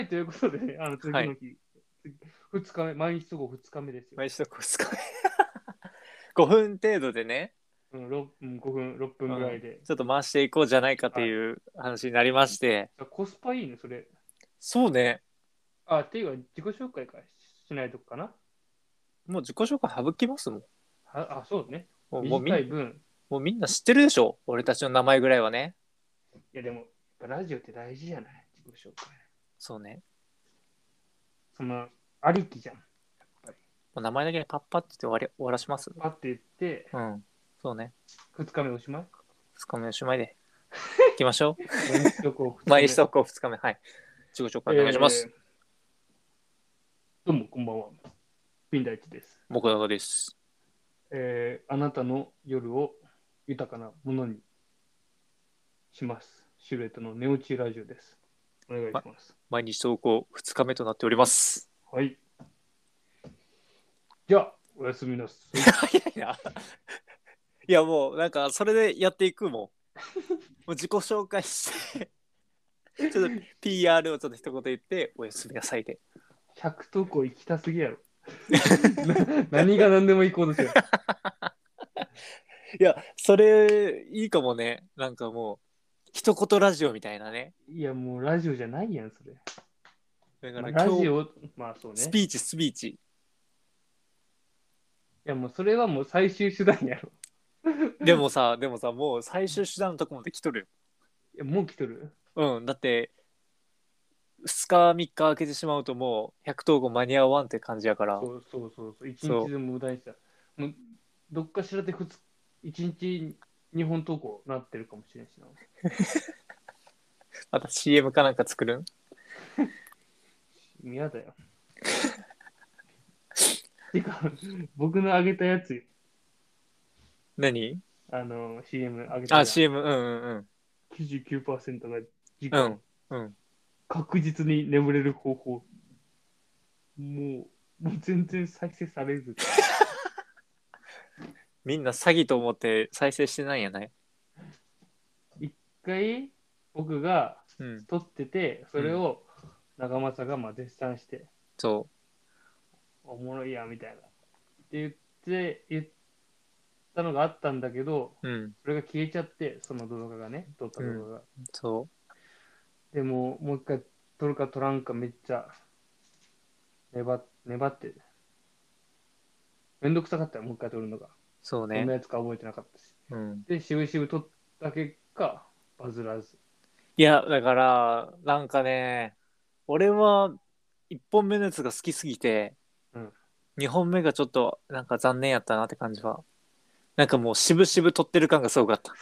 ということで、次はい。 の日、2日目、毎日とご2日目ですよ。 毎日と2日目。5分程度でね、 5分、6分ぐらいで。 ちょっと回していこうじゃないかってはい。 いう話になりまして。 コスパいいね、それ。 そうね。 っていうか、自己紹介からしないとかな。 もう自己紹介省きますもん。 そうね。 もう短い分。 もうみんな知ってるでしょ、俺たちの名前ぐらいはね。 いや、でも、やっぱラジオって大事じゃない、自己紹介。 そうね。 その、ありきじゃん。やっぱり。 もう名前だけパッパって言って終わらします。 パッて言って、 うん。そうね。 2日目おしまい。 2日目おしまいで。行きましょう。 毎日投稿2日目。 毎日投稿2日目。はい。自己紹介お願いします。 どうも、こんばんは。ピン大地です。 僕永です。 あなたの夜を豊かなものにします。シルエットの寝落ちラジオです。お願いします。 毎日投稿2日目となっております。 はい。じゃあ、おやすみなさい。 早いな。いや、もうなんかそれでやっていくもん。もう自己紹介してちょっと PR をちょっと一言言っておやすみなさいで。 100投稿行きたすぎやろ。何が何でも行こうとしてる。 いや、それいいかもね。なんかもう一言ラジオみたいなね。 いや、もうラジオじゃないやん、それ。 だかまあ、 ら今日ラジオ、まあそうね。 スピーチ。 いや、もうそれはもう最終手段やろ。 でもさ、もう最終手段のとこまで来とるいや、もう来とる。 よ。うん、だって2日3日空けてしまうともう100投稿間に合わんって感じやから。 そう。一日そでも無駄にした。もうどっかしらで一日2本投稿なってるかもしれんしな。 う。また CM かなんか作るん？ 嫌だよ。てか、僕のあげたやつ、 何？ CM あげたあ、 じゃん。 CM、うん。 99%が時間。 うん。うん。 確実に眠れる方法。もう全然再生されず。 みんな詐欺と思って再生してないんやない？ 一回、僕がうん。 撮ってて、そうん。 れを長政がまあ絶賛して、 そおもろいや、みたいな。って言ったのがあったんだけど、 う。うん。 それが消えちゃって、その動画がね、撮ったうん。 動画が。 そでも、もう一回撮るか撮らんかめっちゃ粘って、めんどくさかったよ、もう一回撮るのが。 そうね。 どんなやつか覚えてなかったし。 うん。 で、しぶしぶ撮った結果、バズらず。 いや、だから、なんかね、俺は1本目のやつが好きすぎて、 うん。 2本目がちょっとなんか残念やったなって感じは。なんかもう渋々撮ってる感がすごかった。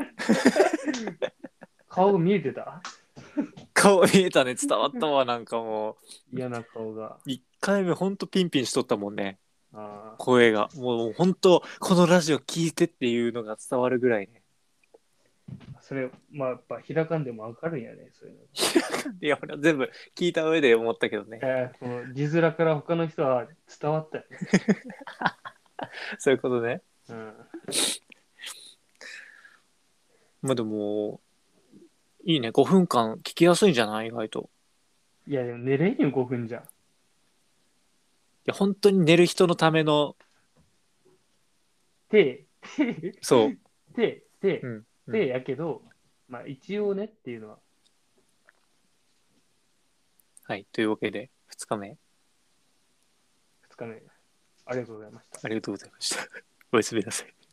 顔が見えてた。 顔見えたね、伝わったわ、なんかも嫌な顔が。 う。1回目ほんとピンピンしとったもんね。 あ声が。もうほんと、このラジオ聞いてっていうのが伝わるぐらいね。 それ、まあ、やっぱ開かんでもわかるんやね、そういうの。 いや、俺は全部聞いた上で思ったけどね。 この字面から他の人は伝わったよね。 そういうことね。 うん。 まあでも、いいね。5分間聞きやすいんじゃない？意外と。 いや、でも寝れんよ、5分じゃ。 いや、本当に寝る人のための、 て、 そて、 う。うて、 ん。うん。 てやけど、まあ一応ねっていうのは、 はい。というわけで、2日目、 2日目、ありがとうございました。 ありがとうございました。おやすみなさい。